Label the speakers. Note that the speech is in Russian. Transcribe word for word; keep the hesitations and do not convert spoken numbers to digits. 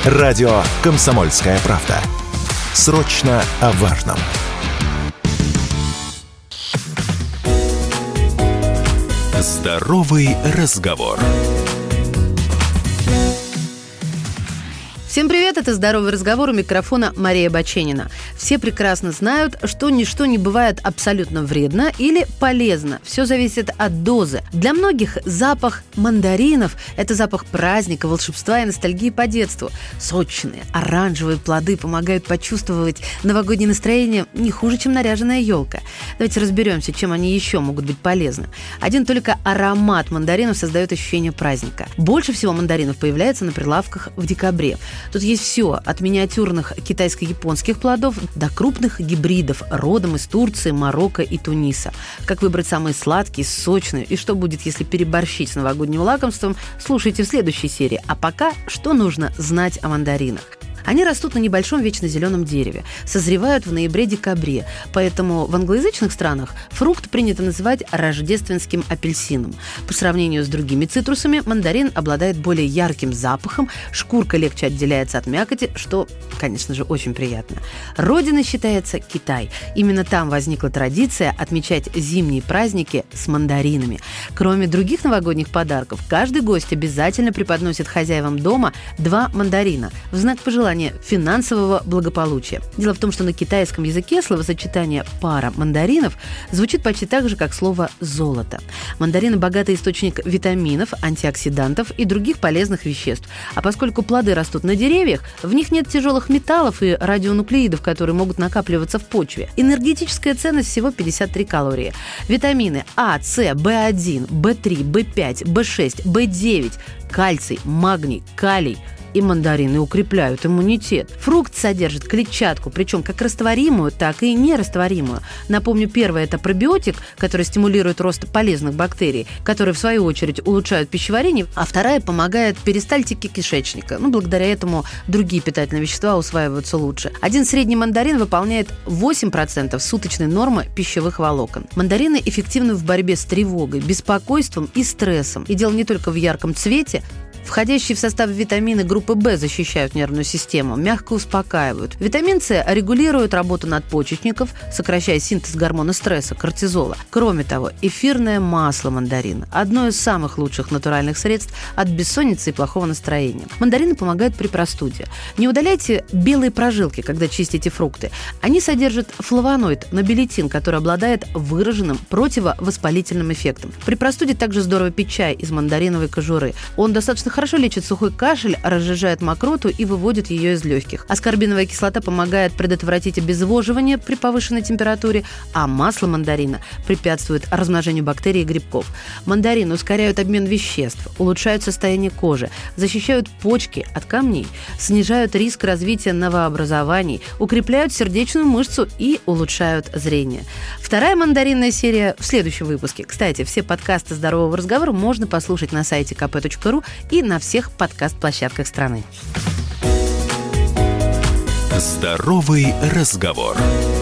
Speaker 1: Радио «Комсомольская правда». Срочно о важном. Здоровый разговор.
Speaker 2: Всем привет, это «Здоровый разговор», у микрофона Мария Баченина. Все прекрасно знают, что ничто не бывает абсолютно вредно или полезно. Все зависит от дозы. Для многих запах мандаринов – это запах праздника, волшебства и ностальгии по детству. Сочные, оранжевые плоды помогают почувствовать новогоднее настроение не хуже, чем наряженная елка. Давайте разберемся, чем они еще могут быть полезны. Один только аромат мандаринов создает ощущение праздника. Больше всего мандаринов появляется на прилавках в декабре. Тут есть все, от миниатюрных китайско-японских плодов до крупных гибридов родом из Турции, Марокко и Туниса. Как выбрать самые сладкие, сочные и что будет, если переборщить с новогодним лакомством, слушайте в следующей серии. А пока, что нужно знать о мандаринах? Они растут на небольшом вечно зеленом дереве, созревают в ноябре-декабре, поэтому в англоязычных странах фрукт принято называть рождественским апельсином. По сравнению с другими цитрусами, мандарин обладает более ярким запахом, шкурка легче отделяется от мякоти, что, конечно же, очень приятно. Родиной считается Китай. Именно там возникла традиция отмечать зимние праздники с мандаринами. Кроме других новогодних подарков, каждый гость обязательно преподносит хозяевам дома два мандарина в знак пожелания финансового благополучия. Дело в том, что на китайском языке словосочетание «пара мандаринов» звучит почти так же, как слово «золото». Мандарины – богатый источник витаминов, антиоксидантов и других полезных веществ. А поскольку плоды растут на деревьях, в них нет тяжелых металлов и радионуклеидов, которые могут накапливаться в почве. Энергетическая ценность всего пятьдесят три калории. Витамины А, С, бэ один, бэ три, бэ пять, бэ шесть, бэ девять, кальций, магний, калий – и мандарины укрепляют иммунитет. Фрукт содержит клетчатку, причем как растворимую, так и нерастворимую. Напомню, первое – это пробиотик, который стимулирует рост полезных бактерий, которые, в свою очередь, улучшают пищеварение, а вторая помогает перистальтике кишечника. Ну, благодаря этому другие питательные вещества усваиваются лучше. Один средний мандарин выполняет восемь процентов суточной нормы пищевых волокон. Мандарины эффективны в борьбе с тревогой, беспокойством и стрессом. И дело не только в ярком цвете. Входящие в состав витамины группы В защищают нервную систему, мягко успокаивают. Витамин С регулирует работу надпочечников, сокращая синтез гормона стресса – кортизола. Кроме того, эфирное масло мандарина – одно из самых лучших натуральных средств от бессонницы и плохого настроения. Мандарины помогают при простуде. Не удаляйте белые прожилки, когда чистите фрукты. Они содержат флавоноид – нобилетин, который обладает выраженным противовоспалительным эффектом. При простуде также здорово пить чай из мандариновой кожуры. Он достаточно хорошо лечит сухой кашель, разжижает мокроту и выводит ее из легких. Аскорбиновая кислота помогает предотвратить обезвоживание при повышенной температуре, а масло мандарина препятствует размножению бактерий и грибков. Мандарины ускоряют обмен веществ, улучшают состояние кожи, защищают почки от камней, снижают риск развития новообразований, укрепляют сердечную мышцу и улучшают зрение. Вторая мандаринная серия в следующем выпуске. Кстати, все подкасты «Здорового разговора» можно послушать на сайте ка пэ точка ру и на всех подкаст-площадках страны.
Speaker 1: Здоровый разговор.